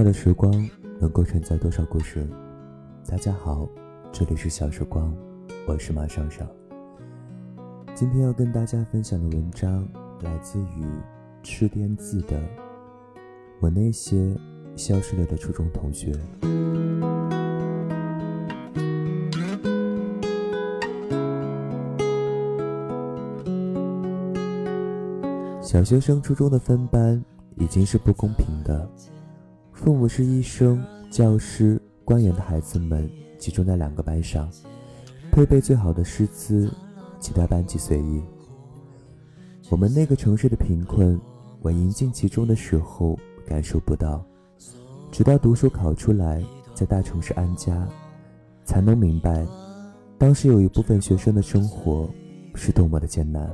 的时光能够承载多少故事？大家好，这里是小时光，我是马上上。今天要跟大家分享的文章来自于吃颠记的我那些消失了的初中同学。小学升初中的分班已经是不公平的，父母是医生、教师、官员的孩子们集中在2个班上，配备最好的师资，其他班级随意。我们那个城市的贫困，我营进其中的时候感受不到，直到读书考出来，在大城市安家，才能明白当时有一部分学生的生活是多么的艰难。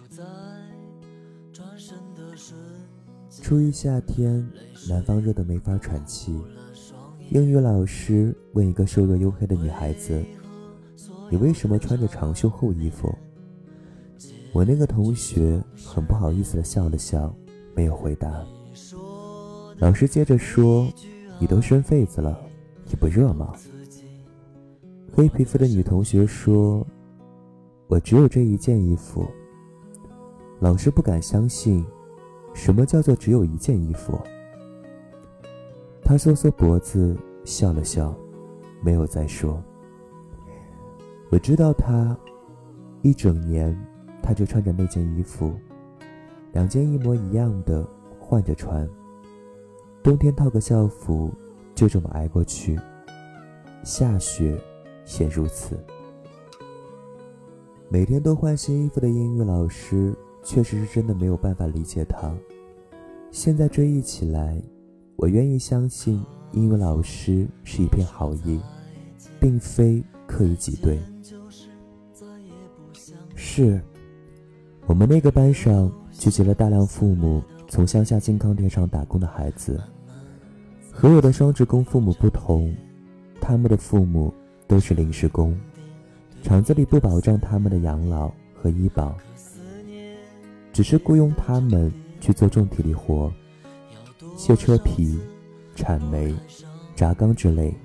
初一夏天，南方热得没法喘气，英语老师问一个瘦弱黝黑的女孩子，你为什么穿着长袖厚衣服？我那个同学很不好意思地笑了笑，没有回答。老师接着说，你都生痱子了，你不热吗？黑皮肤的女同学说，我只有这一件衣服。老师不敢相信，什么叫做只有一件衣服？他缩缩脖子笑了笑，没有再说。我知道他一整年他就穿着那件衣服，2件一模一样的换着穿，冬天套个校服就这么挨过去，下雪也如此。每天都换新衣服的英语老师确实是真的没有办法理解他。现在追忆起来，我愿意相信英语老师是一片好意，并非刻意挤兑。是我们那个班上聚集了大量父母从乡下金康田上打工的孩子，和我的双职工父母不同，他们的父母都是临时工，厂子里不保障他们的养老和医保，只是雇佣他们去做重体力活，卸车皮、铲煤、轧钢之类。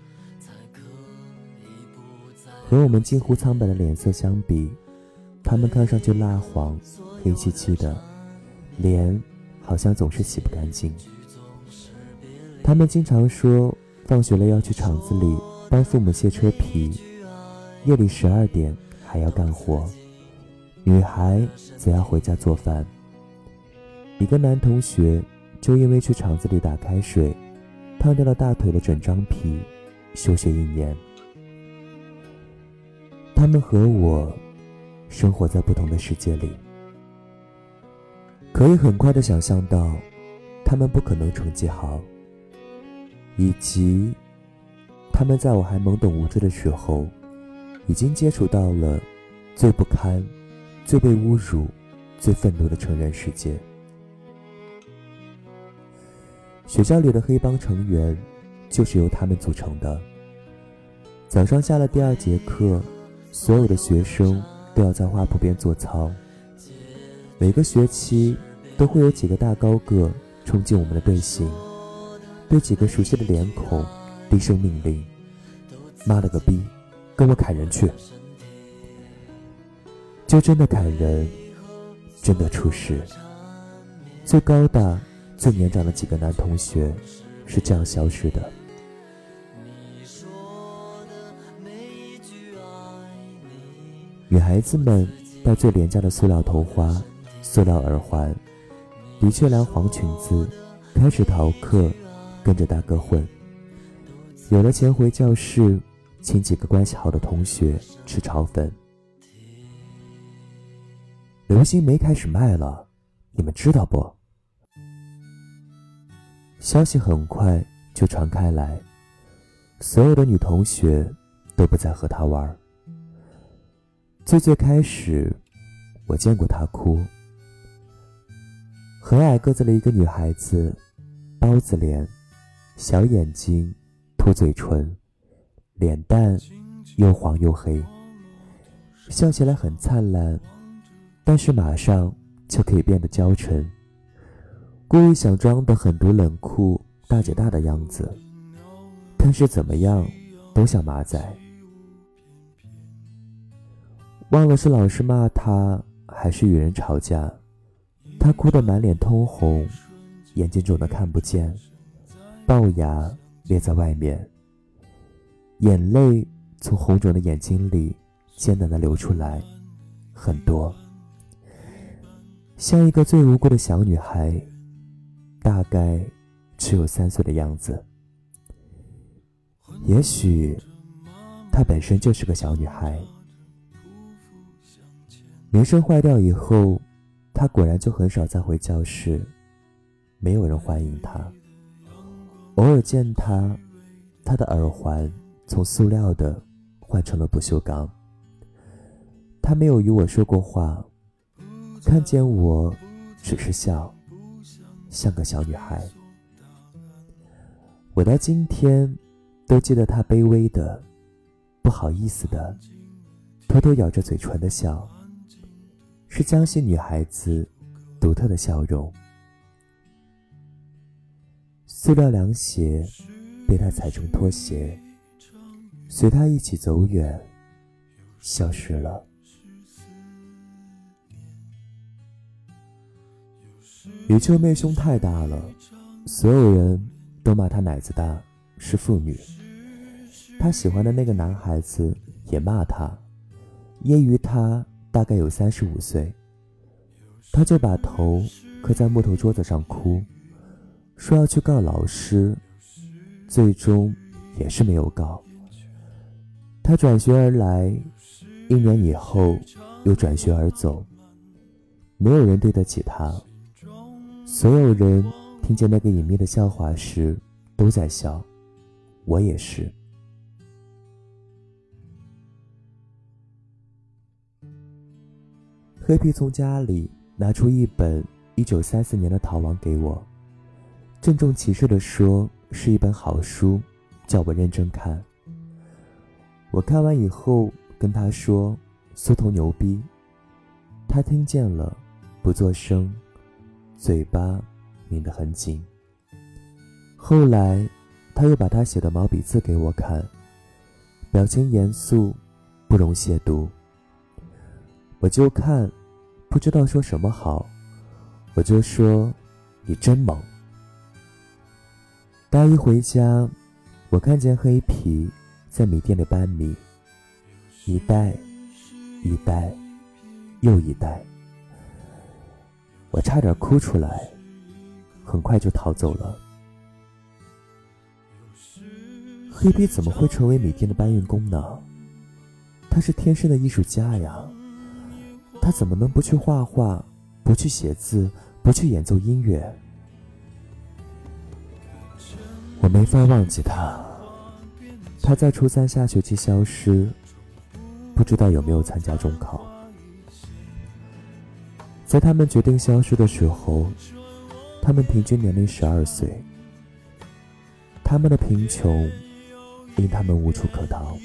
和我们近乎苍白的脸色相比，他们看上去蜡黄、黑漆漆的，脸好像总是洗不干净。他们经常说，放学了要去厂子里帮父母卸车皮，夜里12点还要干活，女孩则要回家做饭。一个男同学就因为去厂子里打开水，烫掉了大腿的整张皮，休学1年。他们和我生活在不同的世界里，可以很快地想象到他们不可能成绩好，以及他们在我还懵懂无知的时候已经接触到了最不堪、最被侮辱、最愤怒的成人世界。学校里的黑帮成员就是由他们组成的。早上下了第2节课，所有的学生都要在花圃边做操。每个学期都会有几个大高个冲进我们的队形，对几个熟悉的脸孔低声命令，妈了个逼，跟我砍人去。就真的砍人，真的出事。最高大最年长的几个男同学是这样消失的。女孩子们戴最廉价的塑料头花、塑料耳环，的确良黄裙子，开始逃课，跟着大哥混。有了钱回教室，请几个关系好的同学吃炒粉。流星梅开始卖了，你们知道不？消息很快就传开来，所有的女同学都不再和他玩。最开始，我见过他哭。很矮个子的一个女孩子，包子脸，小眼睛，凸嘴唇，脸蛋又黄又黑，笑起来很灿烂，但是马上就可以变得娇嗔，故意想装得很毒冷酷， 大姐大的样子，但是怎么样都像马仔。忘了是老师骂他还是与人吵架，他哭得满脸通红，眼睛肿得看不见，龅牙裂在外面，眼泪从红肿的眼睛里艰难地流出来，很多，像一个最无辜的小女孩，大概只有3岁的样子。也许她本身就是个小女孩。名声坏掉以后，她果然就很少再回教室，没有人欢迎她。偶尔见她，她的耳环从塑料的换成了不锈钢。她没有与我说过话，看见我只是笑，像个小女孩。我到今天都记得她卑微的、不好意思的、偷偷咬着嘴唇的笑，是江西女孩子独特的笑容。塑料凉鞋被她踩成拖鞋，随她一起走远，消失了。李秋妹胸太大了，所有人都骂她奶子大，是妇女。她喜欢的那个男孩子也骂她，揶揄她大概有35岁。她就把头磕在木头桌子上哭，说要去告老师，最终也是没有告。她转学而来，1年以后又转学而走，没有人对得起她。所有人听见那个隐秘的笑话时都在笑，我也是。黑皮从家里拿出一本1934年的逃亡给我，郑重其事地说是一本好书，叫我认真看。我看完以后跟他说苏童牛逼，他听见了不作声，嘴巴抿得很紧。后来他又把他写的毛笔字给我看，表情严肃，不容亵渎。我就看，不知道说什么好，我就说你真猛。大一回家，我看见黑皮在米店里搬米，一袋一袋又一袋，我差点哭出来，很快就逃走了。黑皮怎么会成为米店的搬运工呢？他是天生的艺术家呀，他怎么能不去画画，不去写字，不去演奏音乐？我没法忘记他。他在初3下学期消失，不知道有没有参加中考。在他们决定消失的时候，他们平均年龄12岁。他们的贫穷令他们无处可逃。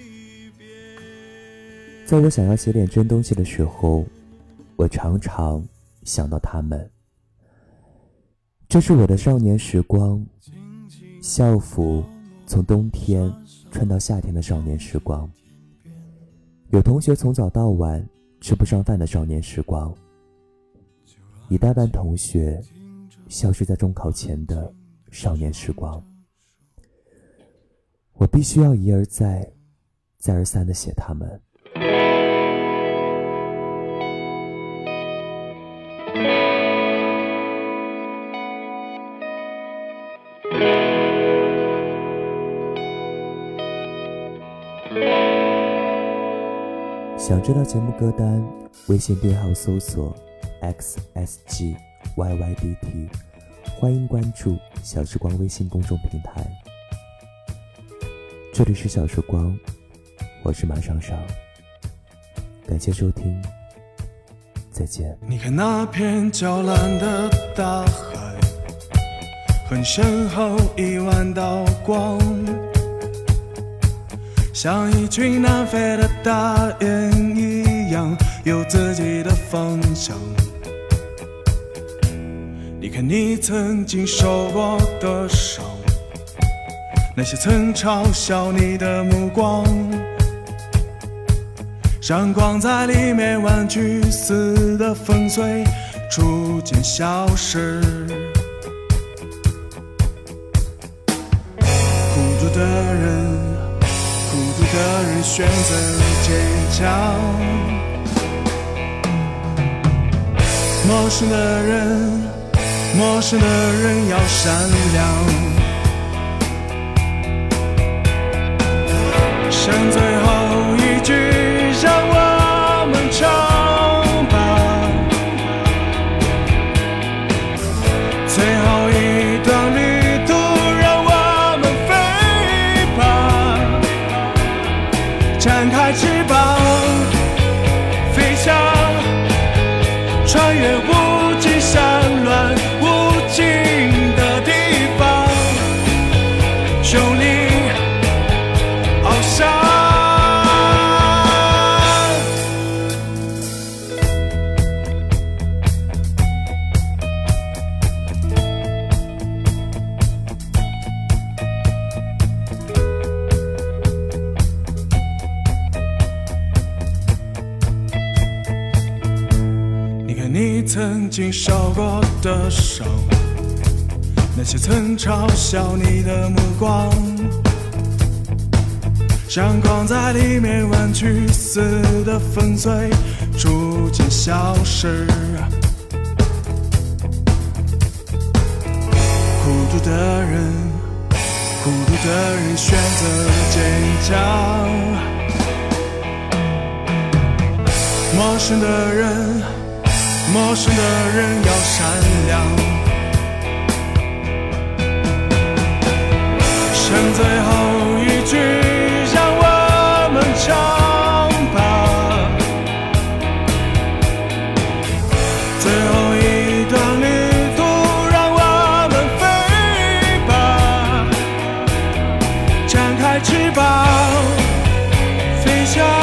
在我想要写点真东西的时候，我常常想到他们。这是我的少年时光，校服从冬天穿到夏天的少年时光，有同学从早到晚吃不上饭的少年时光，一大半同学消失在中考前的少年时光。我必须要一而再再而三地写他们。想知道节目歌单，微信对号搜索 XSGYYDT， 欢迎关注小时光微信公众平台。这里是小时光，我是马上上，感谢收听，再见。 你看那片蔚蓝的大海，很身后1万道光，像一群南飞的大雁一样，有自己的方向。你看你曾经受过的伤，那些曾嘲笑你的目光，闪光在里面玩具似的粉碎，逐渐消失。孤独的人选择坚强，陌生的人要善良，剩最后一句让我们唱吧，最后一段旅途让我们飞吧，展开翅膀飞翔，穿越无尽山峦无尽的地方，用力翱翔。你看你曾经受过的伤，那些曾嘲笑你的目光，闪光在里面玩具似的粉碎，逐渐消失。孤独的人选择坚强，陌生的人要善良，剩最后一句让我们唱吧，最后一段旅途让我们飞吧，展开翅膀飞翔。